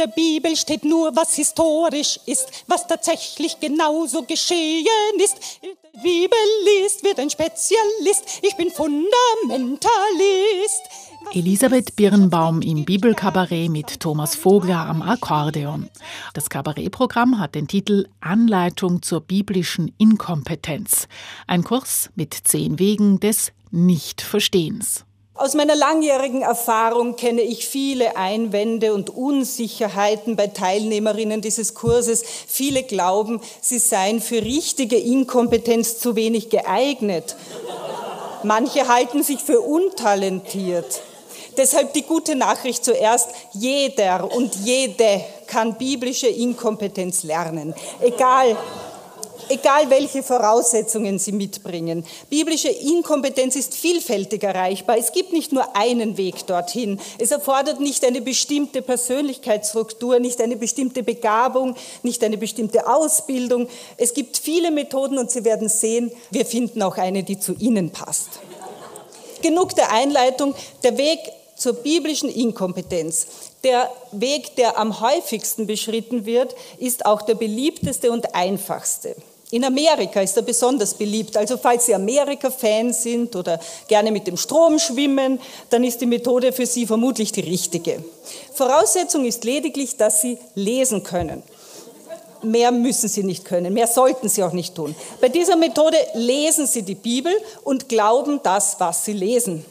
der Bibel steht nur, was historisch ist, was tatsächlich genauso geschehen ist. Die Bibel liest, wird ein Spezialist, ich bin Fundamentalist. Elisabeth Birnbaum im Bibelkabarett mit Thomas Vogler am Akkordeon. Das Kabarettprogramm hat den Titel Anleitung zur biblischen Inkompetenz. Ein Kurs mit 10 Wegen des Nichtverstehens. Aus meiner langjährigen Erfahrung kenne ich viele Einwände und Unsicherheiten bei Teilnehmerinnen dieses Kurses. Viele glauben, sie seien für richtige Inkompetenz zu wenig geeignet. Manche halten sich für untalentiert. Deshalb die gute Nachricht zuerst: Jeder und jede kann biblische Inkompetenz lernen, egal welche Voraussetzungen sie mitbringen. Biblische Inkompetenz ist vielfältig erreichbar. Es gibt nicht nur einen Weg dorthin. Es erfordert nicht eine bestimmte Persönlichkeitsstruktur, nicht eine bestimmte Begabung, nicht eine bestimmte Ausbildung. Es gibt viele Methoden und Sie werden sehen, wir finden auch eine, die zu Ihnen passt. Genug der Einleitung. Der Weg zur biblischen Inkompetenz. Der Weg, der am häufigsten beschritten wird, ist auch der beliebteste und einfachste. In Amerika ist er besonders beliebt. Also falls Sie Amerika-Fans sind oder gerne mit dem Strom schwimmen, dann ist die Methode für Sie vermutlich die richtige. Voraussetzung ist lediglich, dass Sie lesen können. Mehr müssen Sie nicht können, mehr sollten Sie auch nicht tun. Bei dieser Methode lesen Sie die Bibel und glauben das, was Sie lesen.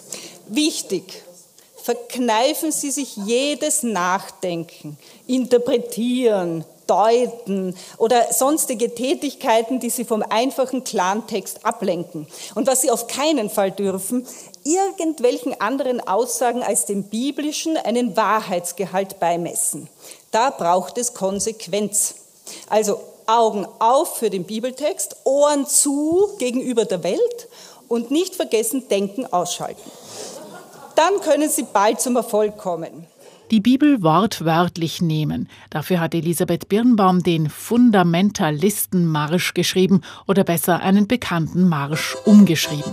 Wichtig: Verkneifen Sie sich jedes Nachdenken, Interpretieren, Deuten oder sonstige Tätigkeiten, die Sie vom einfachen, klaren Text ablenken. Und was Sie auf keinen Fall dürfen: irgendwelchen anderen Aussagen als dem biblischen einen Wahrheitsgehalt beimessen. Da braucht es Konsequenz. Also Augen auf für den Bibeltext, Ohren zu gegenüber der Welt und nicht vergessen, Denken ausschalten. Dann können Sie bald zum Erfolg kommen. Die Bibel wortwörtlich nehmen. Dafür hat Elisabeth Birnbaum den Fundamentalistenmarsch geschrieben oder besser einen bekannten Marsch umgeschrieben.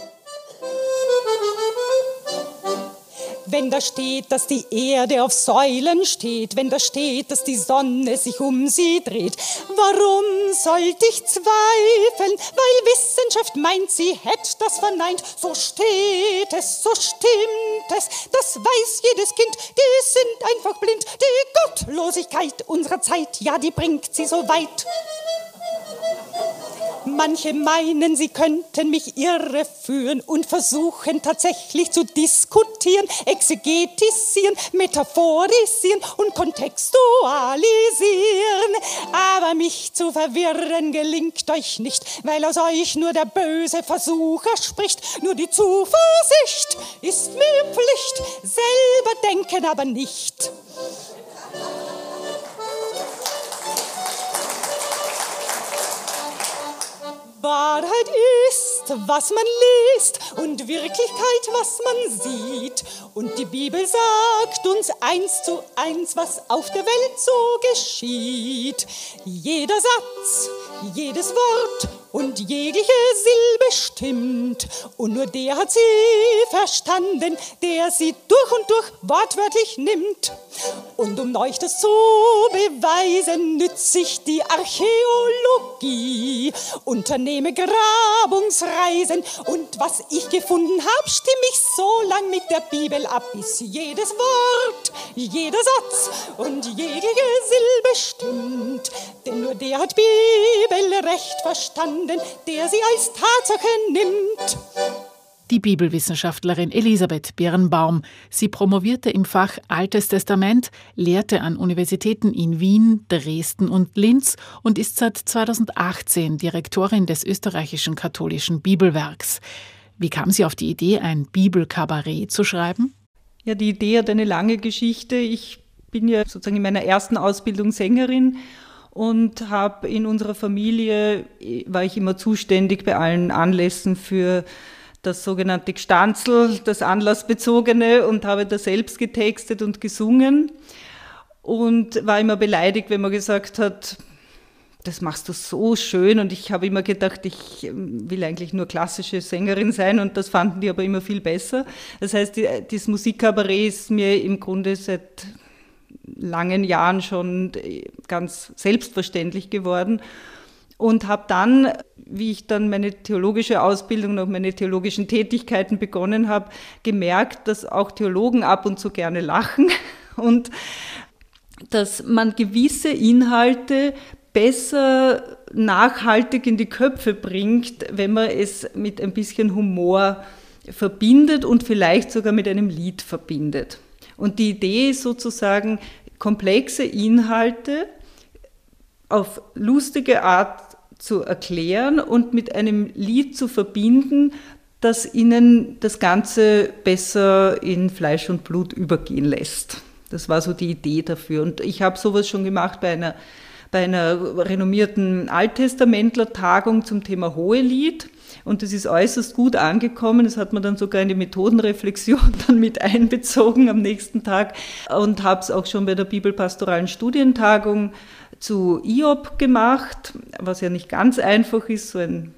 Wenn da steht, dass die Erde auf Säulen steht, wenn da steht, dass die Sonne sich um sie dreht, warum sollte ich zweifeln? Weil Wissenschaft meint, sie hätte das verneint. So steht es, so stimmt es, das weiß jedes Kind. Die sind einfach blind. Die Gottlosigkeit unserer Zeit, ja, die bringt sie so weit. Manche meinen, sie könnten mich irreführen und versuchen tatsächlich zu diskutieren, exegetisieren, metaphorisieren und kontextualisieren. Aber mich zu verwirren gelingt euch nicht, weil aus euch nur der böse Versucher spricht. Nur die Zuversicht ist mir Pflicht, selber denken aber nicht. Wahrheit ist, was man liest, und Wirklichkeit, was man sieht. Und die Bibel sagt uns 1:1, was auf der Welt so geschieht. Jeder Satz, jedes Wort und jegliche Silbe stimmt. Und nur der hat sie verstanden, der sie durch und durch wortwörtlich nimmt. Und um euch das zu beweisen, nütze ich die Archäologie, unternehme Grabungsreisen. Und was ich gefunden habe, stimme ich so lang mit der Bibel ab, bis jedes Wort, jeder Satz und jegliche Silbe stimmt. Denn nur der hat Bibelrecht verstanden, der sie als Tatsache nimmt. Die Bibelwissenschaftlerin Elisabeth Birnbaum. Sie promovierte im Fach Altes Testament, lehrte an Universitäten in Wien, Dresden und Linz und ist seit 2018 Direktorin des österreichischen katholischen Bibelwerks. Wie kam sie auf die Idee, ein Bibelkabarett zu schreiben? Ja, die Idee hat eine lange Geschichte. Ich bin ja sozusagen in meiner ersten Ausbildung Sängerin und habe in unserer Familie, war ich immer zuständig bei allen Anlässen für das sogenannte Gstanzl, das Anlassbezogene, und habe da selbst getextet und gesungen und war immer beleidigt, wenn man gesagt hat, das machst du so schön, und ich habe immer gedacht, ich will eigentlich nur klassische Sängerin sein, und das fanden die aber immer viel besser. Das heißt, das Musikkabarett ist mir im Grunde seit langen Jahren schon ganz selbstverständlich geworden. Und habe dann, wie ich dann meine theologische Ausbildung und meine theologischen Tätigkeiten begonnen habe, gemerkt, dass auch Theologen ab und zu gerne lachen und dass man gewisse Inhalte besser nachhaltig in die Köpfe bringt, wenn man es mit ein bisschen Humor verbindet und vielleicht sogar mit einem Lied verbindet. Und die Idee ist sozusagen, komplexe Inhalte auf lustige Art zu erklären und mit einem Lied zu verbinden, das ihnen das Ganze besser in Fleisch und Blut übergehen lässt. Das war so die Idee dafür. Und ich habe sowas schon gemacht bei einer renommierten Alttestamentler-Tagung zum Thema Hohelied. Und das ist äußerst gut angekommen. Das hat man dann sogar in die Methodenreflexion dann mit einbezogen am nächsten Tag. Und habe es auch schon bei der Bibelpastoralen Studientagung zu Hiob gemacht, was ja nicht ganz einfach ist, so ein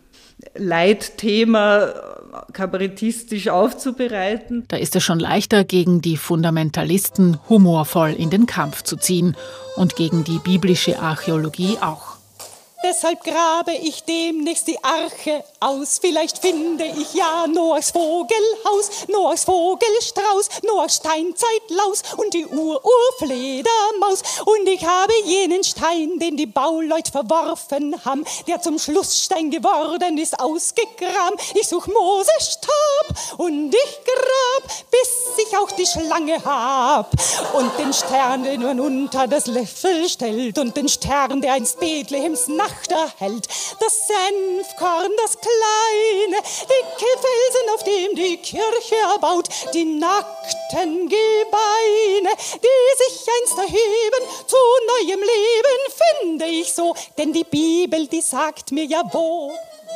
Leitthema kabarettistisch aufzubereiten. Da ist es schon leichter, gegen die Fundamentalisten humorvoll in den Kampf zu ziehen und gegen die biblische Archäologie auch. Deshalb grabe ich demnächst die Arche aus. Vielleicht finde ich ja Noahs Vogelhaus, Noahs Vogelstrauß, Noahs Steinzeitlaus und die Urfledermaus. Und ich habe jenen Stein, den die Bauleute verworfen haben, der zum Schlussstein geworden ist, ausgegraben. Ich such Moses Stab und ich grab, bis ich auch die Schlange hab. Und den Stern, den man unter das Löffel stellt, und den Stern, der einst Bethlehems Nacht erhellt, das Senfkorn, das kleine, dicke Felsen, auf dem die Kirche erbaut, die nackten Gebeine, die sich einst erheben zu neuem Leben, finde ich so, denn die Bibel, die sagt mir ja wo.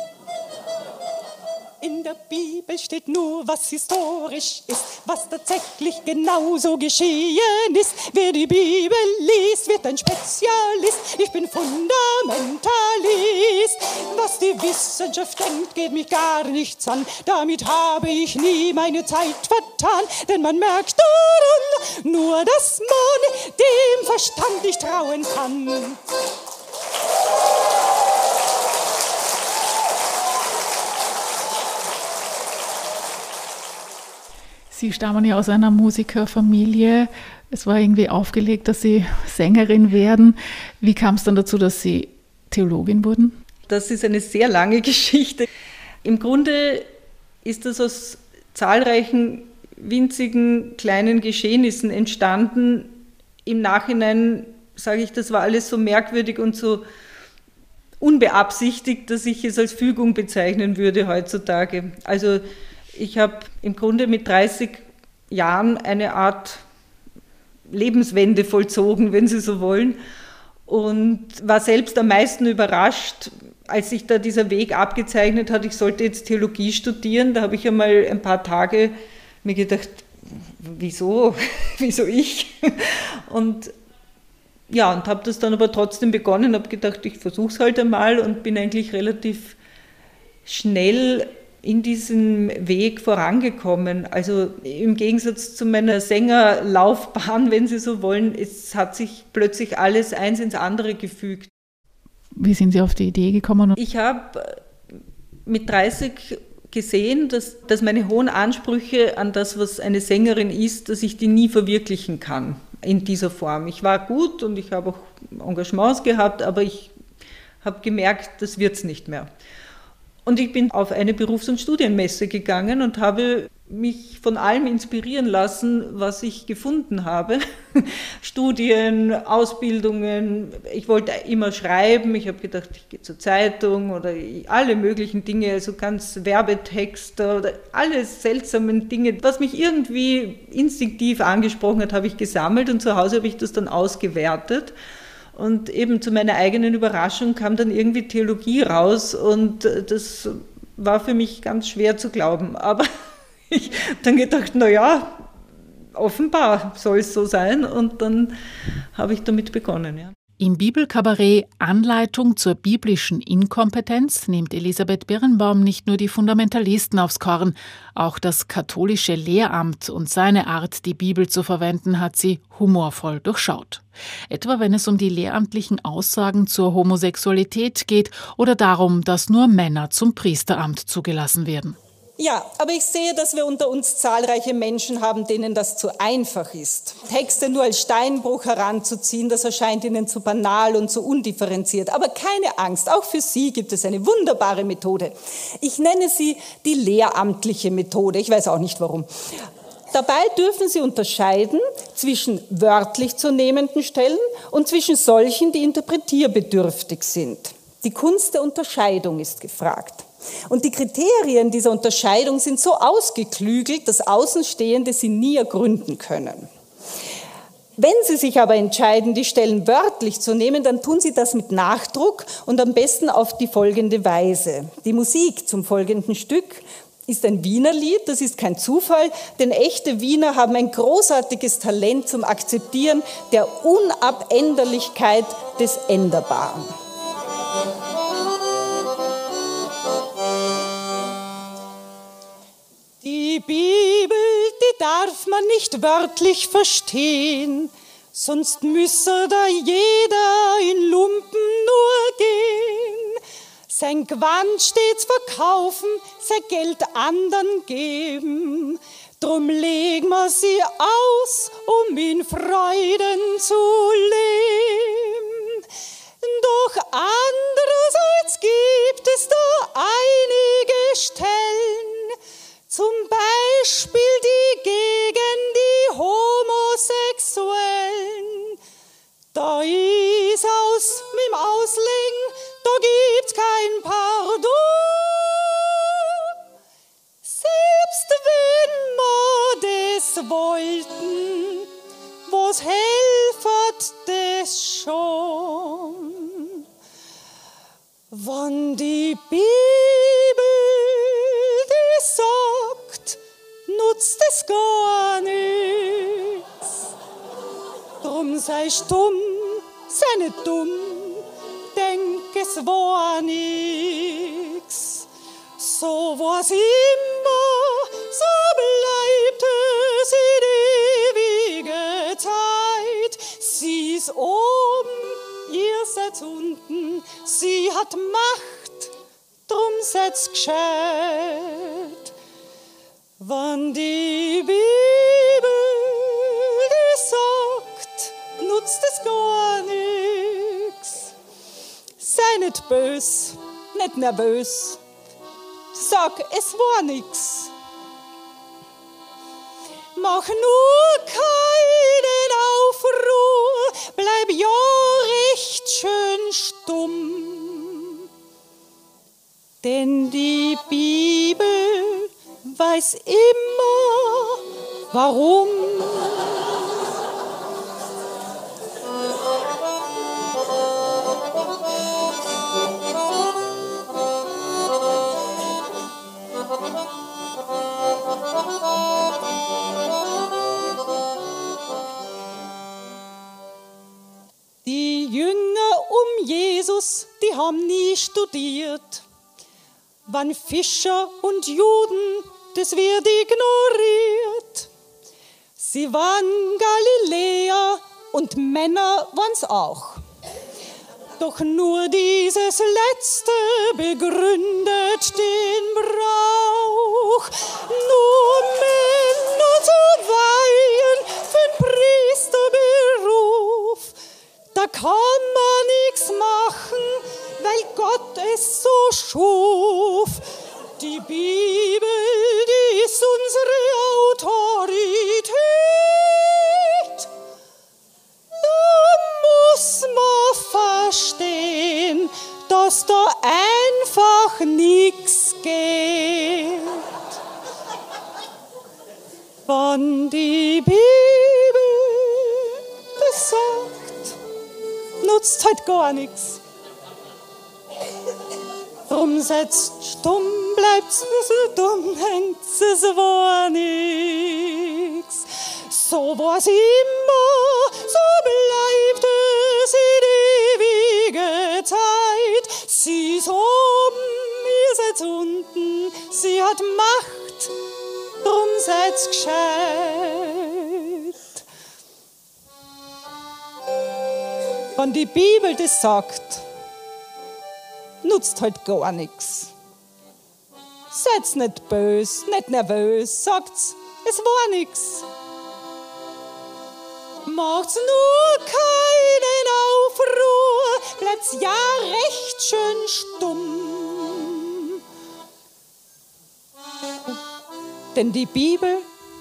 In der Bibel steht nur, was historisch ist, was tatsächlich genauso geschehen ist. Wer die Bibel liest, wird ein Spezialist. Ich bin Fundamentalist. Was die Wissenschaft denkt, geht mich gar nichts an. Damit habe ich nie meine Zeit vertan. Denn man merkt daran nur, dass man dem Verstand nicht trauen kann. Sie stammen ja aus einer Musikerfamilie. Es war irgendwie aufgelegt, dass Sie Sängerin werden. Wie kam es dann dazu, dass Sie Theologin wurden? Das ist eine sehr lange Geschichte. Im Grunde ist das aus zahlreichen winzigen kleinen Geschehnissen entstanden. Im Nachhinein sage ich, das war alles so merkwürdig und so unbeabsichtigt, dass ich es als Fügung bezeichnen würde heutzutage. Also ich habe im Grunde mit 30 Jahren eine Art Lebenswende vollzogen, wenn Sie so wollen, und war selbst am meisten überrascht, als sich da dieser Weg abgezeichnet hat, ich sollte jetzt Theologie studieren. Da habe ich einmal ein paar Tage mir gedacht, wieso ich? Und habe das dann aber trotzdem begonnen, habe gedacht, ich versuche es halt einmal und bin eigentlich relativ schnell in diesem Weg vorangekommen. Also im Gegensatz zu meiner Sängerlaufbahn, wenn Sie so wollen, es hat sich plötzlich alles eins ins andere gefügt. Wie sind Sie auf die Idee gekommen? Ich habe mit 30 gesehen, dass meine hohen Ansprüche an das, was eine Sängerin ist, dass ich die nie verwirklichen kann in dieser Form. Ich war gut und ich habe auch Engagements gehabt, aber ich habe gemerkt, das wird es nicht mehr. Und ich bin auf eine Berufs- und Studienmesse gegangen und habe mich von allem inspirieren lassen, was ich gefunden habe. Studien, Ausbildungen, ich wollte immer schreiben, ich habe gedacht, ich gehe zur Zeitung oder alle möglichen Dinge, also ganz Werbetexte oder alle seltsamen Dinge. Was mich irgendwie instinktiv angesprochen hat, habe ich gesammelt und zu Hause habe ich das dann ausgewertet. Und eben zu meiner eigenen Überraschung kam dann irgendwie Theologie raus und das war für mich ganz schwer zu glauben. Aber ich habe dann gedacht, offenbar soll es so sein, und dann habe ich damit begonnen. Ja. Im Bibelkabarett Anleitung zur biblischen Inkompetenz nimmt Elisabeth Birnbaum nicht nur die Fundamentalisten aufs Korn, auch das katholische Lehramt und seine Art, die Bibel zu verwenden, hat sie humorvoll durchschaut. Etwa wenn es um die lehramtlichen Aussagen zur Homosexualität geht oder darum, dass nur Männer zum Priesteramt zugelassen werden. Ja, aber ich sehe, dass wir unter uns zahlreiche Menschen haben, denen das zu einfach ist. Texte nur als Steinbruch heranzuziehen, das erscheint ihnen zu banal und zu undifferenziert. Aber keine Angst, auch für Sie gibt es eine wunderbare Methode. Ich nenne sie die lehramtliche Methode, ich weiß auch nicht warum. Dabei dürfen Sie unterscheiden zwischen wörtlich zu nehmenden Stellen und zwischen solchen, die interpretierbedürftig sind. Die Kunst der Unterscheidung ist gefragt. Und die Kriterien dieser Unterscheidung sind so ausgeklügelt, dass Außenstehende sie nie ergründen können. Wenn Sie sich aber entscheiden, die Stellen wörtlich zu nehmen, dann tun Sie das mit Nachdruck und am besten auf die folgende Weise. Die Musik zum folgenden Stück ist ein Wienerlied, das ist kein Zufall, denn echte Wiener haben ein großartiges Talent zum Akzeptieren der Unabänderlichkeit des Änderbaren. Die Bibel, die darf man nicht wörtlich verstehen, sonst müsse da jeder in Lumpen nur gehen. Sein Gewand stets verkaufen, sein Geld anderen geben. Drum legen wir sie aus, um in Freuden zu leben. Doch andererseits gibt es da einige Stellen, zum Beispiel die gegen die Homosexuellen. Da ist aus mit dem Auslegen, da gibt's kein Pardon. Selbst wenn wir das wollten, was helfert das schon? Wann die Bibel sagt, nutzt es gar nichts. Drum sei stumm, sei nicht dumm, denk es war nix. So war's immer, so bleibt es in ewige Zeit. Sie ist oben, ihr seid unten, sie hat Macht, drum seid's gescheit. Wann die Bibel sagt, nutzt es gar nix. Sei nicht bös, nicht nervös, sag, es war nix. Mach nur keinen Aufruhr, bleib ja recht schön stumm. Denn die Bibel weiß immer, warum. Die Jünger um Jesus, die haben nie studiert. Waren Fischer und Juden, das wird ignoriert. Sie waren Galiläer und Männer waren's auch. Doch nur dieses Letzte begründet den Brauch. Nur Männer zu weihen für den Priesterberuf. Da kann man nichts machen, weil Gott es so schuf. Die Bibel, die ist unsere Autorität. Da muss man verstehen, dass da einfach nichts geht. Wann die Bibel das sagt, nutzt halt gar nichts. Drum setzt stumm, bleibt's so dumm, hängt's, es war nix. So war's immer, so bleibt es in hat Macht, drum seid's gescheit. Wenn die Bibel das sagt, nutzt halt gar nichts. Seid's nicht bös, nicht nervös, sagt's, es war nix. Macht's nur keinen Aufruhr, bleibt's ja recht schön stumm. Denn die Bibel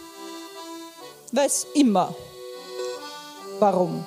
weiß immer, warum.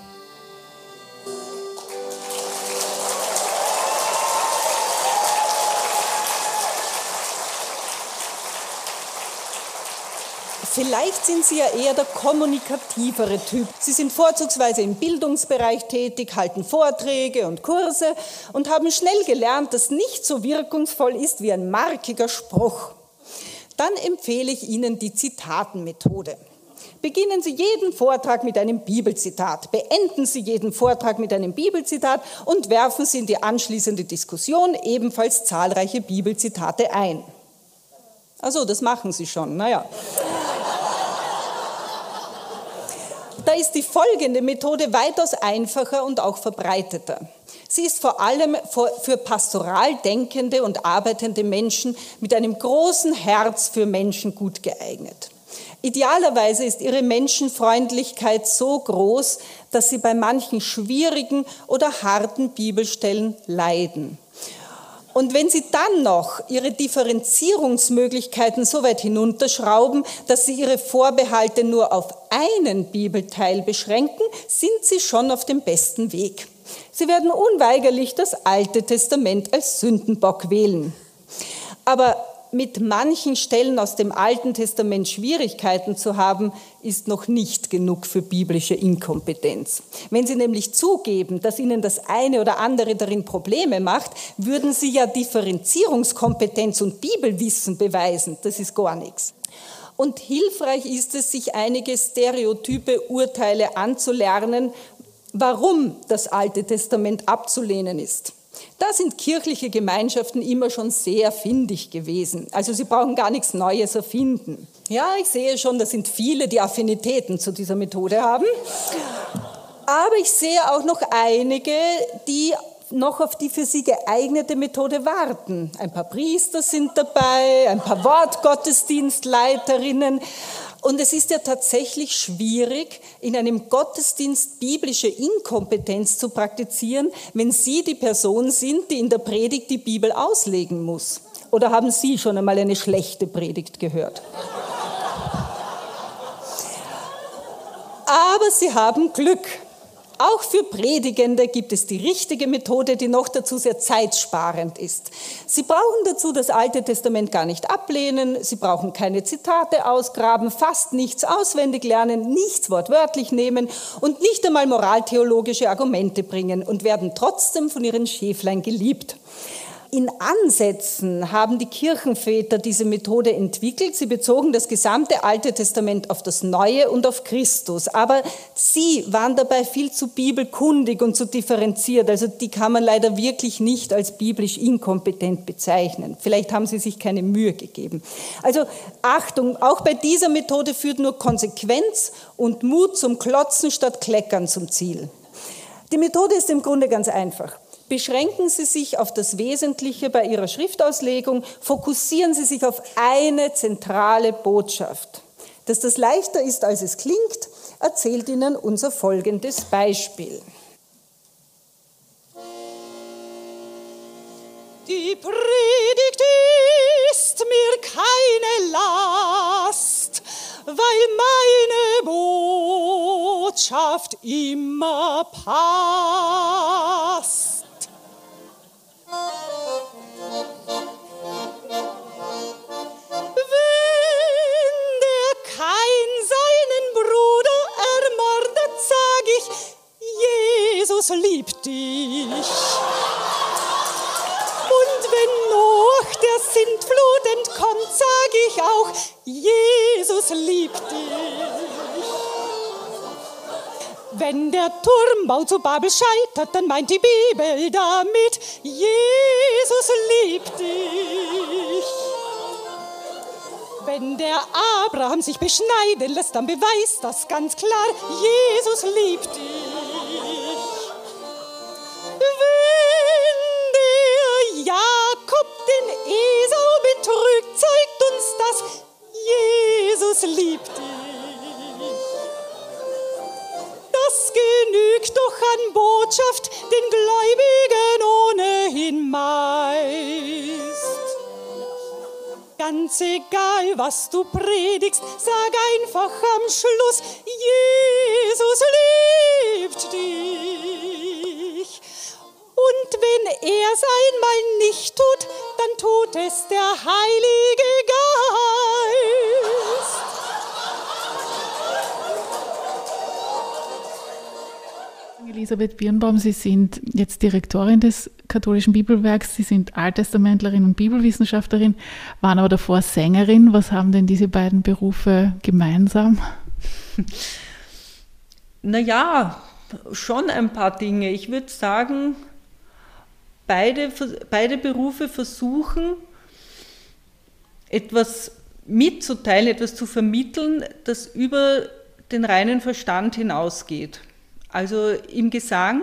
Vielleicht sind Sie ja eher der kommunikativere Typ. Sie sind vorzugsweise im Bildungsbereich tätig, halten Vorträge und Kurse und haben schnell gelernt, dass nicht so wirkungsvoll ist wie ein markiger Spruch. Dann empfehle ich Ihnen die Zitatenmethode. Beginnen Sie jeden Vortrag mit einem Bibelzitat, beenden Sie jeden Vortrag mit einem Bibelzitat und werfen Sie in die anschließende Diskussion ebenfalls zahlreiche Bibelzitate ein. Also, das machen Sie schon, naja. Da ist die folgende Methode weitaus einfacher und auch verbreiteter. Sie ist vor allem für pastoral denkende und arbeitende Menschen mit einem großen Herz für Menschen gut geeignet. Idealerweise ist ihre Menschenfreundlichkeit so groß, dass sie bei manchen schwierigen oder harten Bibelstellen leiden. Und wenn Sie dann noch Ihre Differenzierungsmöglichkeiten so weit hinunterschrauben, dass Sie Ihre Vorbehalte nur auf einen Bibelteil beschränken, sind Sie schon auf dem besten Weg. Sie werden unweigerlich das Alte Testament als Sündenbock wählen. Aber mit manchen Stellen aus dem Alten Testament Schwierigkeiten zu haben, ist noch nicht genug für biblische Inkompetenz. Wenn Sie nämlich zugeben, dass Ihnen das eine oder andere darin Probleme macht, würden Sie ja Differenzierungskompetenz und Bibelwissen beweisen. Das ist gar nichts. Und hilfreich ist es, sich einige stereotype Urteile anzulernen, warum das Alte Testament abzulehnen ist. Da sind kirchliche Gemeinschaften immer schon sehr findig gewesen. Also sie brauchen gar nichts Neues erfinden. Ja, ich sehe schon, da sind viele, die Affinitäten zu dieser Methode haben. Aber ich sehe auch noch einige, die noch auf die für sie geeignete Methode warten. Ein paar Priester sind dabei, ein paar Wortgottesdienstleiterinnen. Und es ist ja tatsächlich schwierig, in einem Gottesdienst biblische Inkompetenz zu praktizieren, wenn Sie die Person sind, die in der Predigt die Bibel auslegen muss. Oder haben Sie schon einmal eine schlechte Predigt gehört? Aber Sie haben Glück. Auch für Predigende gibt es die richtige Methode, die noch dazu sehr zeitsparend ist. Sie brauchen dazu das Alte Testament gar nicht ablehnen, Sie brauchen keine Zitate ausgraben, fast nichts auswendig lernen, nichts wortwörtlich nehmen und nicht einmal moraltheologische Argumente bringen und werden trotzdem von Ihren Schäflein geliebt. In Ansätzen haben die Kirchenväter diese Methode entwickelt. Sie bezogen das gesamte Alte Testament auf das Neue und auf Christus. Aber sie waren dabei viel zu bibelkundig und zu differenziert. Also die kann man leider wirklich nicht als biblisch inkompetent bezeichnen. Vielleicht haben sie sich keine Mühe gegeben. Also Achtung, auch bei dieser Methode führt nur Konsequenz und Mut zum Klotzen statt Kleckern zum Ziel. Die Methode ist im Grunde ganz einfach. Beschränken Sie sich auf das Wesentliche bei Ihrer Schriftauslegung, fokussieren Sie sich auf eine zentrale Botschaft. Dass das leichter ist, als es klingt, erzählt Ihnen unser folgendes Beispiel. Die Predigt ist mir keine Last, weil meine Botschaft immer passt. Wenn der Kain seinen Bruder ermordet, sag ich, Jesus liebt dich. Und wenn Noach der Sintflut entkommt, sag ich auch, Jesus liebt dich. Wenn der Turmbau zu Babel scheitert, dann meint die Bibel damit, Jesus liebt dich. Wenn der Abraham sich beschneiden lässt, dann beweist das ganz klar, Jesus liebt dich. Wenn der Jakob den Esau betrügt, zeigt uns das, Jesus liebt dich. Das genügt doch an Botschaft, den Gläubigen ohnehin meist. Ganz egal, was du predigst, sag einfach am Schluss, Jesus liebt dich. Und wenn er es einmal nicht tut, dann tut es der Heilige Geist. Elisabeth Birnbaum, Sie sind jetzt Direktorin des katholischen Bibelwerks, Sie sind Alttestamentlerin und Bibelwissenschaftlerin, waren aber davor Sängerin. Was haben denn diese beiden Berufe gemeinsam? Naja, schon ein paar Dinge. Ich würde sagen, beide Berufe versuchen, etwas mitzuteilen, etwas zu vermitteln, das über den reinen Verstand hinausgeht. Also im Gesang,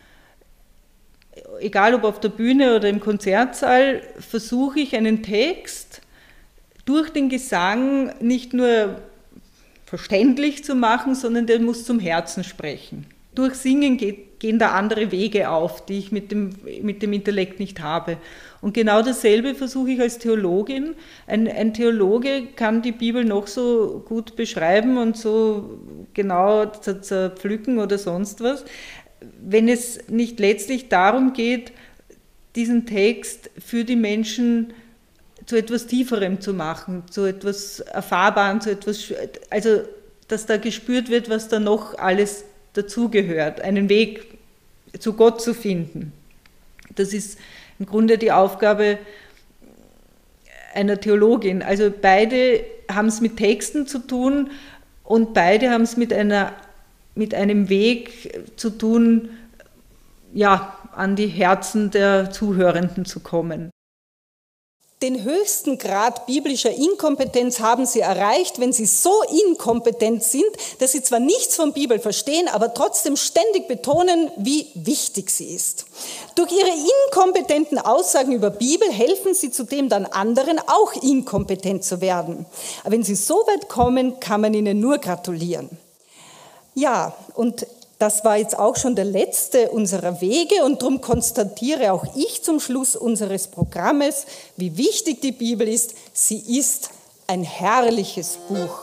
egal ob auf der Bühne oder im Konzertsaal, versuche ich einen Text durch den Gesang nicht nur verständlich zu machen, sondern der muss zum Herzen sprechen. Durch Singen gehen da andere Wege auf, die ich mit dem Intellekt nicht habe. Und genau dasselbe versuche ich als Theologin. Ein Theologe kann die Bibel noch so gut beschreiben und so genau zerpflücken oder sonst was. Wenn es nicht letztlich darum geht, diesen Text für die Menschen zu etwas Tieferem zu machen, zu etwas Erfahrbarem, also dass da gespürt wird, was da noch alles dazugehört, einen Weg zu Gott zu finden. Das ist im Grunde die Aufgabe einer Theologin. Also beide haben es mit Texten zu tun und beide haben es mit einem Weg zu tun, ja, an die Herzen der Zuhörenden zu kommen. Den höchsten Grad biblischer Inkompetenz haben sie erreicht, wenn sie so inkompetent sind, dass sie zwar nichts von Bibel verstehen, aber trotzdem ständig betonen, wie wichtig sie ist. Durch ihre inkompetenten Aussagen über Bibel helfen sie zudem dann anderen, auch inkompetent zu werden. Aber wenn sie so weit kommen, kann man ihnen nur gratulieren. Ja, und das war jetzt auch schon der letzte unserer Wege und darum konstatiere auch ich zum Schluss unseres Programmes, wie wichtig die Bibel ist. Sie ist ein herrliches Buch.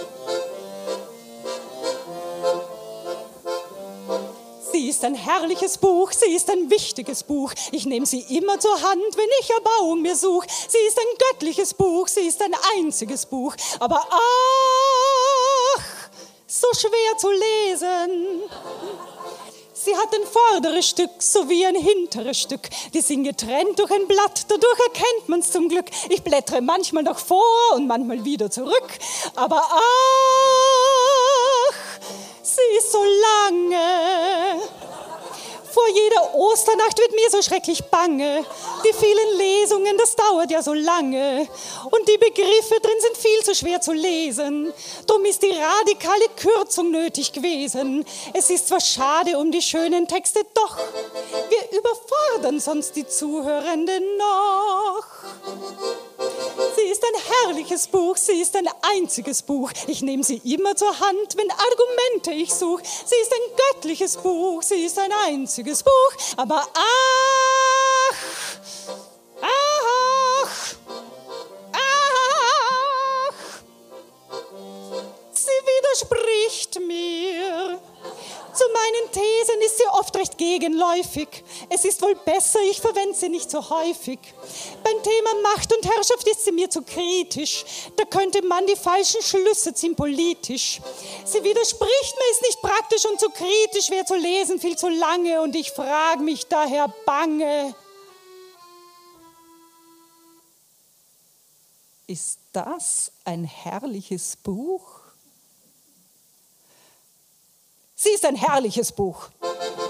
Sie ist ein herrliches Buch, sie ist ein wichtiges Buch. Ich nehme sie immer zur Hand, wenn ich Erbauung mir suche. Sie ist ein göttliches Buch, sie ist ein einziges Buch. Aber ach, so schwer zu lesen. Sie hat ein vorderes Stück sowie ein hinteres Stück. Die sind getrennt durch ein Blatt, dadurch erkennt man's zum Glück. Ich blättere manchmal noch vor und manchmal wieder zurück. Aber ach, sie ist so lange. Vor jeder Osternacht wird mir so schrecklich bange. Die vielen Lesungen, das dauert ja so lange. Und die Begriffe drin sind viel zu schwer zu lesen. Drum ist die radikale Kürzung nötig gewesen. Es ist zwar schade um die schönen Texte, doch wir überfordern sonst die Zuhörenden noch. Sie ist ein herrliches Buch, sie ist ein einziges Buch. Ich nehme sie immer zur Hand, wenn Argumente ich suche. Sie ist ein göttliches Buch, sie ist ein einziges Buch. Aber ach, sie widerspricht mir. Zu meinen Thesen ist sie oft recht gegenläufig. Es ist wohl besser, ich verwende sie nicht so häufig. Beim Thema Macht und Herrschaft ist sie mir zu kritisch. Da könnte man die falschen Schlüsse ziehen politisch. Sie widerspricht mir, ist nicht praktisch und zu kritisch, wäre zu lesen viel zu lange. Und ich frage mich daher bange, ist das ein herrliches Buch? Sie ist ein herrliches Buch.